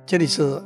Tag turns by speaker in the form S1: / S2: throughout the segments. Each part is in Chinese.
S1: 这里是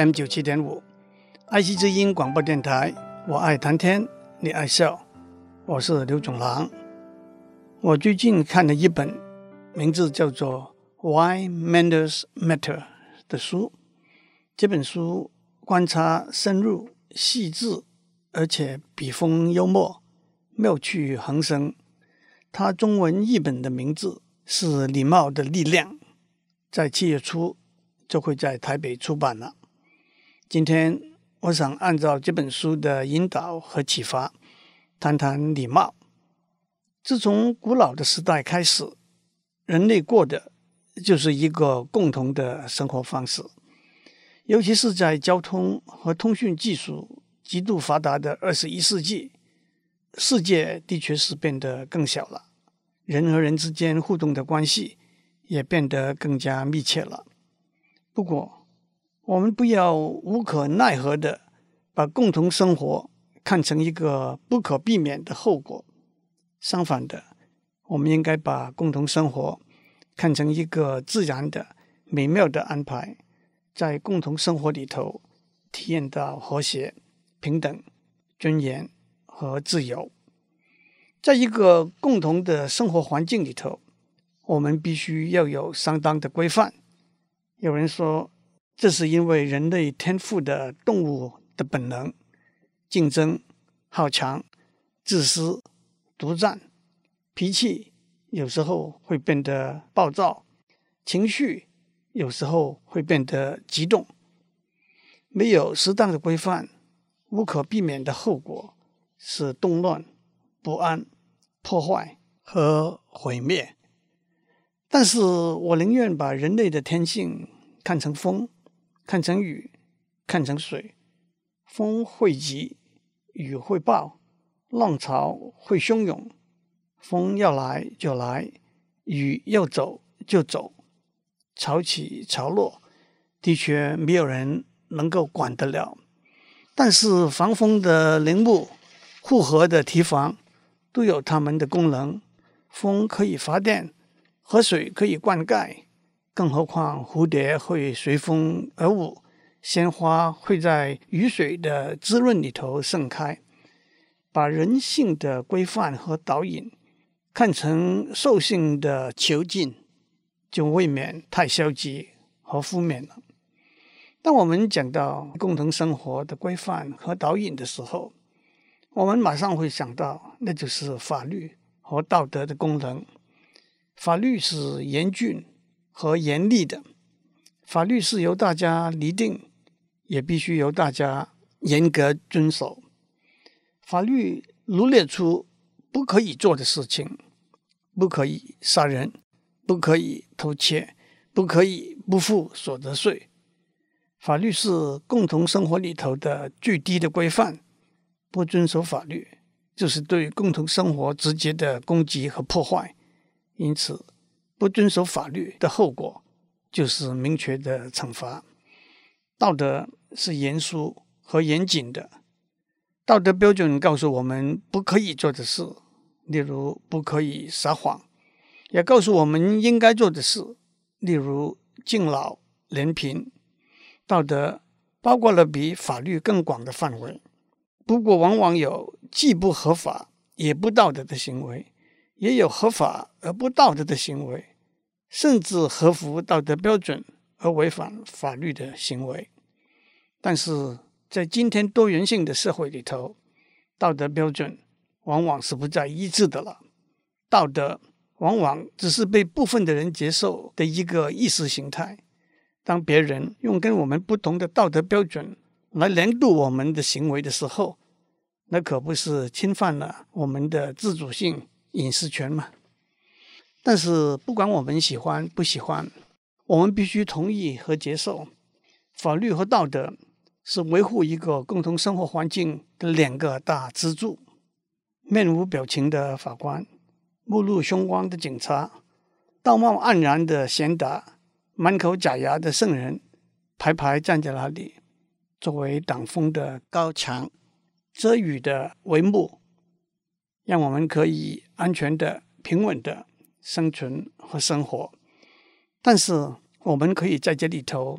S1: FM97.5 爱惜之音广播电台，我爱谈天，你爱笑，我是刘总郎。我最近看了一本名字叫做 Why Manners Matter 的书，这本书观察深入细致，而且笔锋幽默，妙趣横生。它中文译本的名字是礼貌的力量，在7月初就会在台北出版了。今天我想按照这本书的引导和启发，谈谈礼貌。自从古老的时代开始，人类过的就是一个共同的生活方式，尤其是在交通和通讯技术极度发达的21世纪，世界的确是变得更小了，人和人之间互动的关系也变得更加密切了。不过，我们不要无可奈何地把共同生活看成一个不可避免的后果。相反的，我们应该把共同生活看成一个自然的、美妙的安排，在共同生活里头体验到和谐、平等、尊严和自由。在一个共同的生活环境里头，我们必须要有相当的规范。有人说，这是因为人类天赋的动物的本能，竞争、好强、自私、独占，脾气有时候会变得暴躁，情绪有时候会变得激动。没有适当的规范，无可避免的后果是动乱、不安、破坏和毁灭。但是我宁愿把人类的天性看成风，看成雨，看成水。风会急，雨会暴，浪潮会汹涌。风要来就来，雨要走就走，潮起潮落，的确没有人能够管得了。但是防风的陵墓、护河的堤防都有它们的功能。风可以发电，河水可以灌溉，更何况蝴蝶会随风而舞，鲜花会在雨水的滋润里头盛开。把人性的规范和导引看成兽性的囚禁，就未免太消极和负面了。当我们讲到共同生活的规范和导引的时候，我们马上会想到，那就是法律和道德的功能。法律是严峻和严厉的，法律是由大家拟定，也必须由大家严格遵守。法律罗列出不可以做的事情，不可以杀人，不可以偷窃，不可以不付所得税。法律是共同生活里头的最低的规范，不遵守法律就是对共同生活直接的攻击和破坏。因此，不遵守法律的后果就是明确的惩罚。道德是严肃和严谨的，道德标准告诉我们不可以做的事，例如不可以撒谎，也告诉我们应该做的事，例如敬老怜贫。道德包括了比法律更广的范围，不过往往有既不合法也不道德的行为，也有合法而不道德的行为，甚至合乎道德标准而违反法律的行为。但是在今天多元性的社会里头，道德标准往往是不再一致的了。道德往往只是被部分的人接受的一个意识形态。当别人用跟我们不同的道德标准来量度我们的行为的时候，那可不是侵犯了我们的自主性隐私权吗？但是不管我们喜欢不喜欢，我们必须同意和接受，法律和道德是维护一个共同生活环境的2个大支柱。面无表情的法官，目露凶光的警察，道貌岸然的贤达，满口假牙的圣人，排排站在那里，作为挡风的高墙，遮雨的帷幕，让我们可以安全的、平稳的生存和生活。但是我们可以在这里头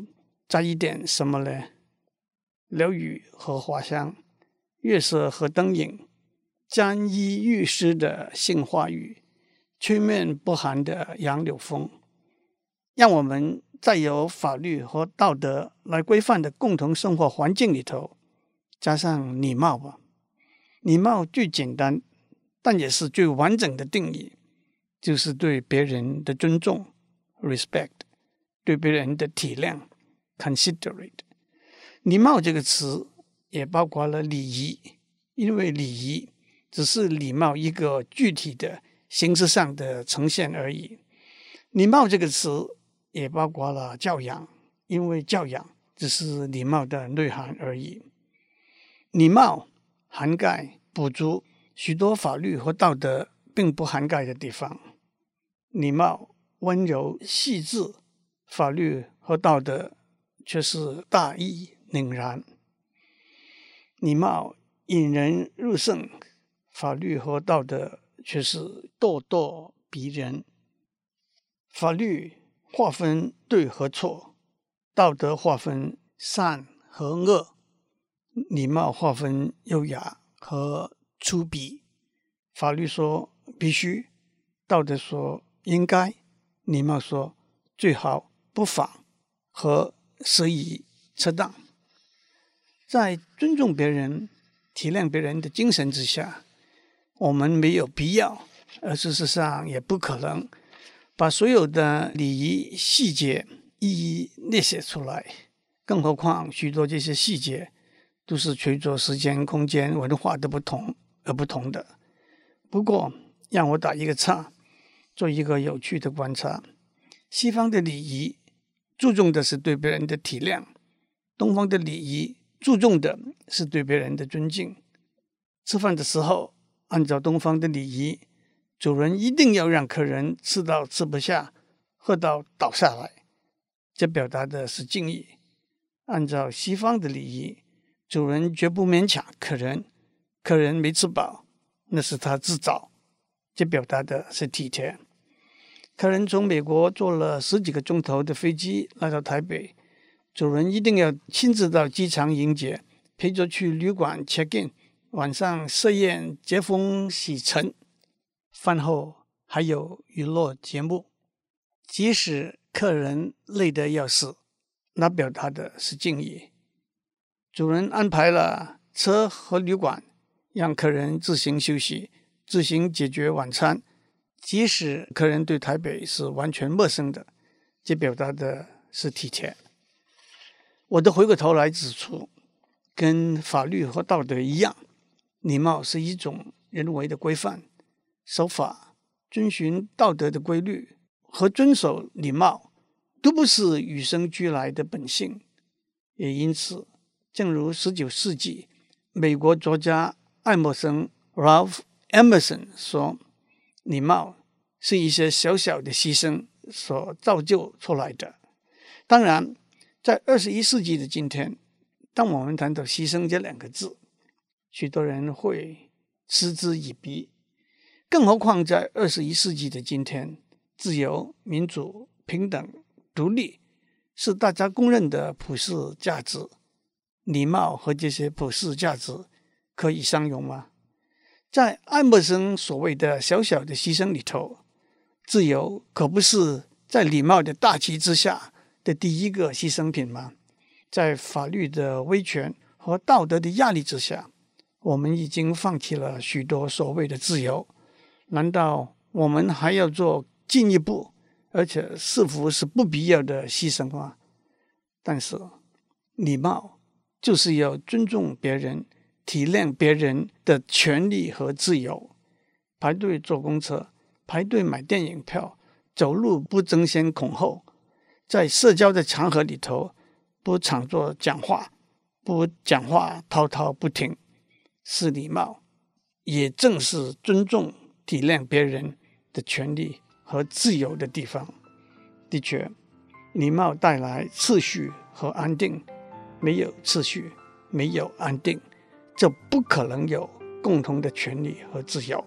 S1: 加一点什么呢？鸟语和花香，月色和灯影，沾衣欲湿的杏花雨，吹面不寒的杨柳风。让我们在有法律和道德来规范的共同生活环境里头，加上礼貌吧。礼貌最简单，但也是最完整的定义，就是对别人的尊重 respect， 对别人的体谅 considerate。 礼貌这个词也包括了礼仪，因为礼仪只是礼貌一个具体的形式上的呈现而已。礼貌这个词也包括了教养，因为教养只是礼貌的内涵而已。礼貌涵盖补足许多法律和道德并不涵盖的地方。礼貌温柔细致，法律和道德却是大义凛然。礼貌引人入胜，法律和道德却是咄咄逼人。法律划分对和错，道德划分善和恶，礼貌划分优雅和粗鄙。法律说必须，道德说应该，礼貌说最好不妨和适宜恰当。在尊重别人、体谅别人的精神之下，我们没有必要，而事实上也不可能把所有的礼仪细节一一列写出来，更何况许多这些细节都是随着时间、空间、文化的不同而不同的。不过让我打一个岔，做一个有趣的观察。西方的礼仪注重的是对别人的体谅，东方的礼仪注重的是对别人的尊敬。吃饭的时候，按照东方的礼仪，主人一定要让客人吃到吃不下，喝到倒下来，这表达的是敬意。按照西方的礼仪，主人绝不勉强客人，客人没吃饱，那是他自找，这表达的是体贴。客人从美国坐了10几个钟头的飞机来到台北，主人一定要亲自到机场迎接，陪着去旅馆 check in， 晚上设宴接风洗尘，饭后还有娱乐节目。即使客人累得要死，那表达的是敬意。主人安排了车和旅馆，让客人自行休息，自行解决晚餐。即使客人对台北是完全陌生的，这表达的是体贴。我都回过头来指出，跟法律和道德一样，礼貌是一种人为的规范，守法、遵循道德的规律和遵守礼貌都不是与生俱来的本性。也因此，正如19世纪美国作家爱默生 Ralph Emerson 说，礼貌是一些小小的牺牲所造就出来的。当然，在21世纪的今天，当我们谈到牺牲这2个字，许多人会嗤之以鼻。更何况在21世纪的今天，自由、民主、平等、独立是大家公认的普世价值。礼貌和这些普世价值可以相容吗？在爱默生所谓的小小的牺牲里头，自由可不是在礼貌的大旗之下的第一个牺牲品吗？在法律的威权和道德的压力之下，我们已经放弃了许多所谓的自由，难道我们还要做进一步，而且似乎是不必要的牺牲吗？但是礼貌就是要尊重别人，体谅别人的权利和自由。排队坐公车，排队买电影票，走路不争先恐后，在社交的场合里头不常作讲话，不讲话滔滔不停，是礼貌，也正是尊重体谅别人的权利和自由的地方。的确，礼貌带来秩序和安定，没有秩序，没有安定，这不可能有共同的权利和自由。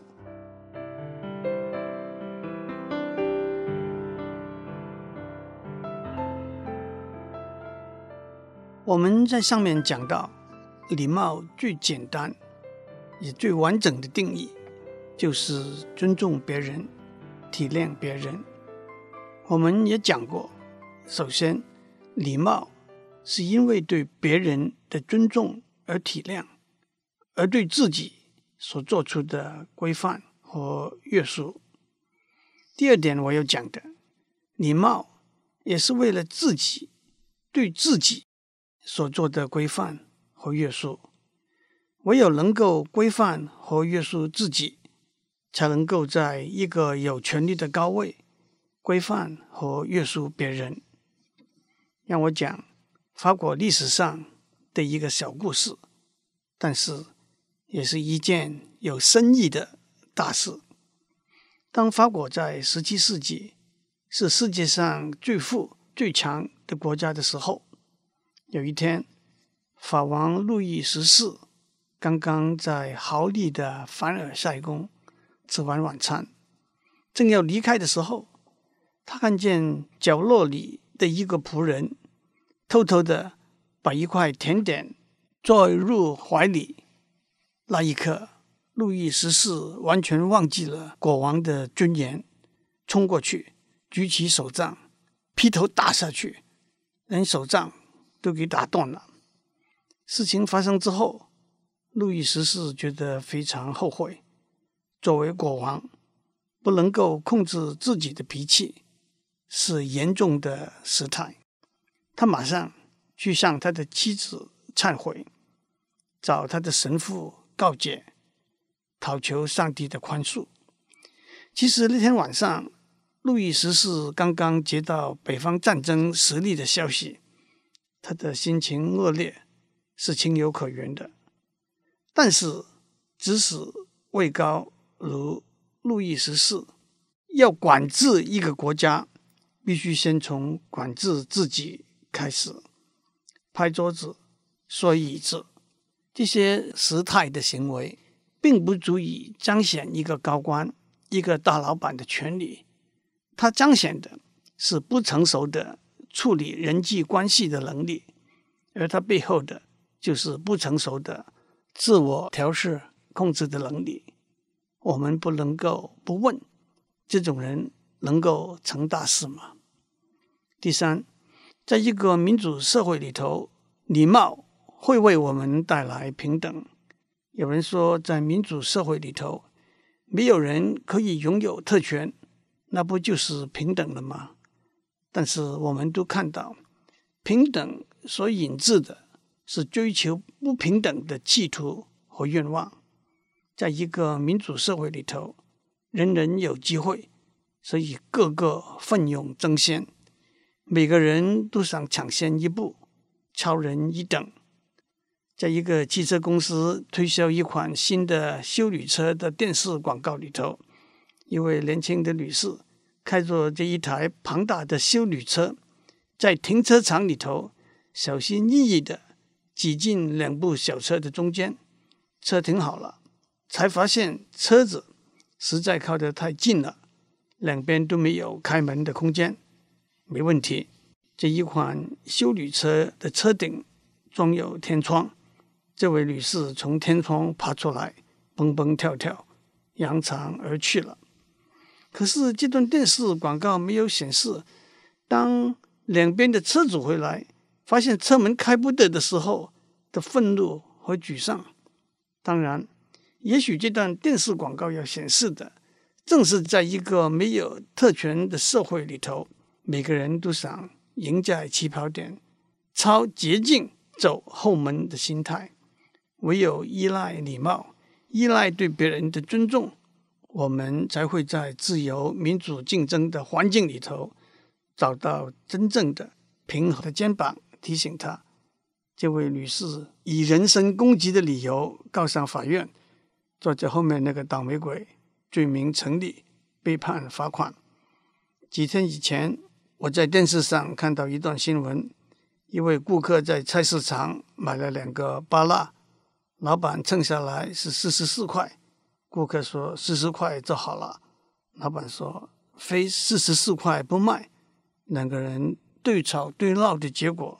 S1: 我们在上面讲到，礼貌最简单也最完整的定义就是尊重别人，体谅别人。我们也讲过，首先礼貌是因为对别人的尊重而体谅，而对自己所做出的规范和约束。第二点我要讲的，礼貌也是为了自己对自己所做的规范和约束。唯有能够规范和约束自己，才能够在一个有权力的高位规范和约束别人。让我讲法国历史上的一个小故事，但是也是一件有深意的大事。当法国在17世纪是世界上最富最强的国家的时候，有一天，法王路易14刚刚在豪丽的凡尔赛宫吃完晚餐，正要离开的时候，他看见角落里的一个仆人偷偷的把一块甜点拽入怀里。那一刻，路易14完全忘记了国王的尊严，冲过去举起手杖劈头打下去，连手杖都给打断了。事情发生之后，路易14觉得非常后悔，作为国王不能够控制自己的脾气是严重的失态。他马上去向他的妻子忏悔，找他的神父告解，讨求上帝的宽恕。其实那天晚上，路易14刚刚接到北方战争失利的消息，他的心情恶劣是情有可原的。但是即使位高如路易14，要管制一个国家，必须先从管制自己开始。拍桌子、说椅子，这些失态的行为并不足以彰显一个高官、一个大老板的权利，它彰显的是不成熟的处理人际关系的能力，而它背后的就是不成熟的自我调试控制的能力。我们不能够不问，这种人能够成大事吗？第三，在一个民主社会里头，礼貌会为我们带来平等。有人说，在民主社会里头，没有人可以拥有特权，那不就是平等了吗？但是我们都看到，平等所引致的是追求不平等的企图和愿望。在一个民主社会里头，人人有机会，所以个个奋勇争先，每个人都想抢先一步，超人一等。在一个汽车公司推销一款新的休旅车的电视广告里头，一位年轻的女士开着这一台庞大的休旅车，在停车场里头小心翼翼地挤进两部小车的中间。车停好了，才发现车子实在靠得太近了，两边都没有开门的空间。没问题，这一款休旅车的车顶装有天窗，这位女士从天窗爬出来，蹦蹦跳跳，扬长而去了。可是这段电视广告没有显示，当两边的车主回来，发现车门开不得的时候的愤怒和沮丧。当然，也许这段电视广告要显示的，正是在一个没有特权的社会里头，每个人都想赢在起跑点，抄捷径走后门的心态。唯有依赖礼貌，依赖对别人的尊重，我们才会在自由民主竞争的环境里头找到真正的平衡的肩膀。提醒他，这位女士以人身攻击的理由告上法院，坐在后面那个倒霉鬼罪名成立，被判罚款。几天以前，我在电视上看到一段新闻，一位顾客在菜市场买了2个芭乐，老板称下来是44块，顾客说40块就好了，老板说非44块不卖。两个人对吵对闹的结果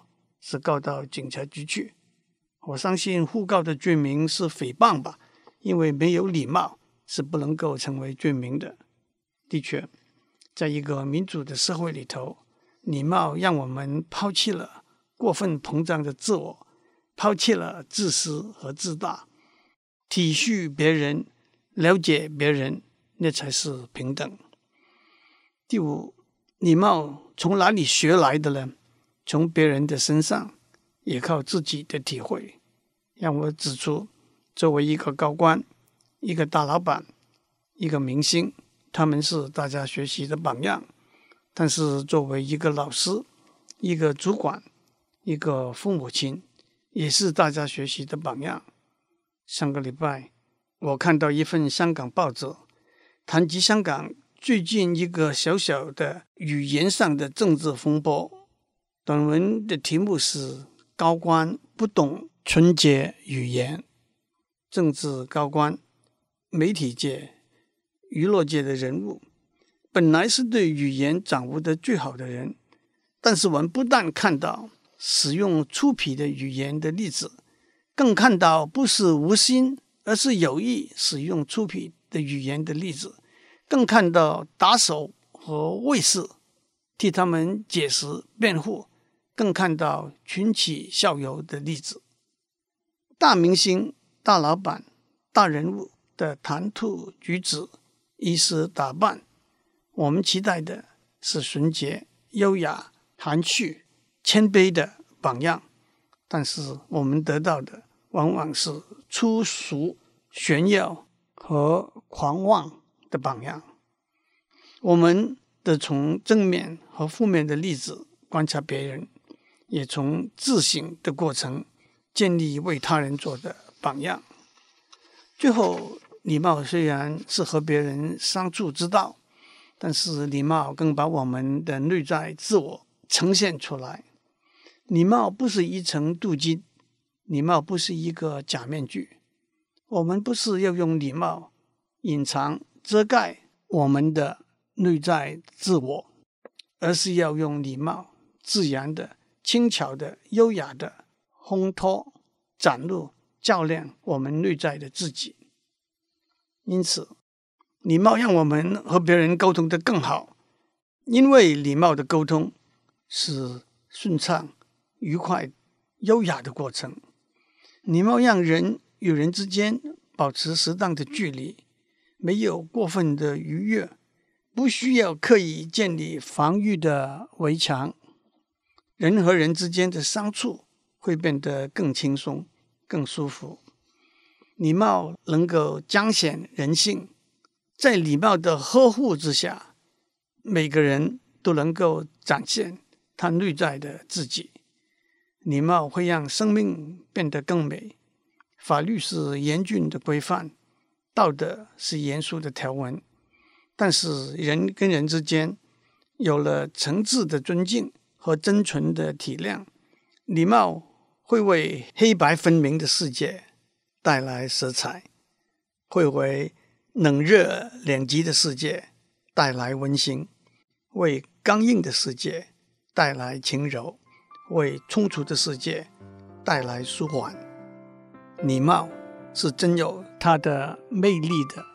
S1: 是告到警察局去。我相信互告的罪名是诽谤吧，因为没有礼貌是不能够成为罪名的。的确，在一个民主的社会里头，礼貌让我们抛弃了过分膨胀的自我，抛弃了自私和自大，体恤别人，了解别人，那才是平等。第五，礼貌从哪里学来的呢？从别人的身上，也靠自己的体会。让我指出，作为一个高官，一个大老板，一个明星，他们是大家学习的榜样。但是作为一个老师，一个主管，一个父母亲，也是大家学习的榜样。上个礼拜，我看到一份香港报纸，谈及香港最近一个小小的语言上的政治风波。短文的题目是高官不懂纯洁语言。政治高官、媒体界、娱乐界的人物本来是对语言掌握的最好的人，但是我们不但看到使用粗鄙的语言的例子，更看到不是无心而是有意使用粗鄙的语言的例子，更看到打手和卫士替他们解释辩护，更看到群起效尤的例子。大明星、大老板、大人物的谈吐举止、衣饰打扮，我们期待的是纯洁、优雅、含蓄、谦卑的榜样，但是我们得到的往往是粗俗、炫耀和狂妄的榜样。我们得从正面和负面的例子观察别人，也从自省的过程建立为他人做的榜样。最后，礼貌虽然是和别人相处之道，但是礼貌更把我们的内在自我呈现出来。礼貌不是一层镀金，礼貌不是一个假面具。我们不是要用礼貌隐藏遮盖我们的内在自我，而是要用礼貌自然的、轻巧的、优雅的烘托、展露、照亮我们内在的自己。因此，礼貌让我们和别人沟通得更好，因为礼貌的沟通是顺畅、愉快、优雅的过程。礼貌让人与人之间保持适当的距离，没有过分的逾越，不需要刻意建立防御的围墙。人和人之间的相处会变得更轻松、更舒服。礼貌能够彰显人性，在礼貌的呵护之下，每个人都能够展现他内在的自己。礼貌会让生命变得更美。法律是严峻的规范，道德是严肃的条文，但是人跟人之间有了诚挚的尊敬和真纯的体谅，礼貌会为黑白分明的世界带来色彩，会为冷热两极的世界带来温馨，为刚硬的世界带来轻柔，为冲突的世界带来舒缓。礼貌是真有它的魅力的。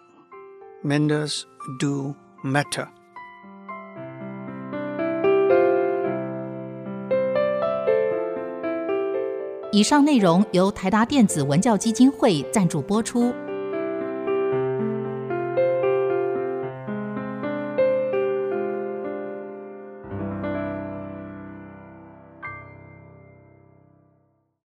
S1: Manners do matter。
S2: 以上内容由台达电子文教基金会赞助播出。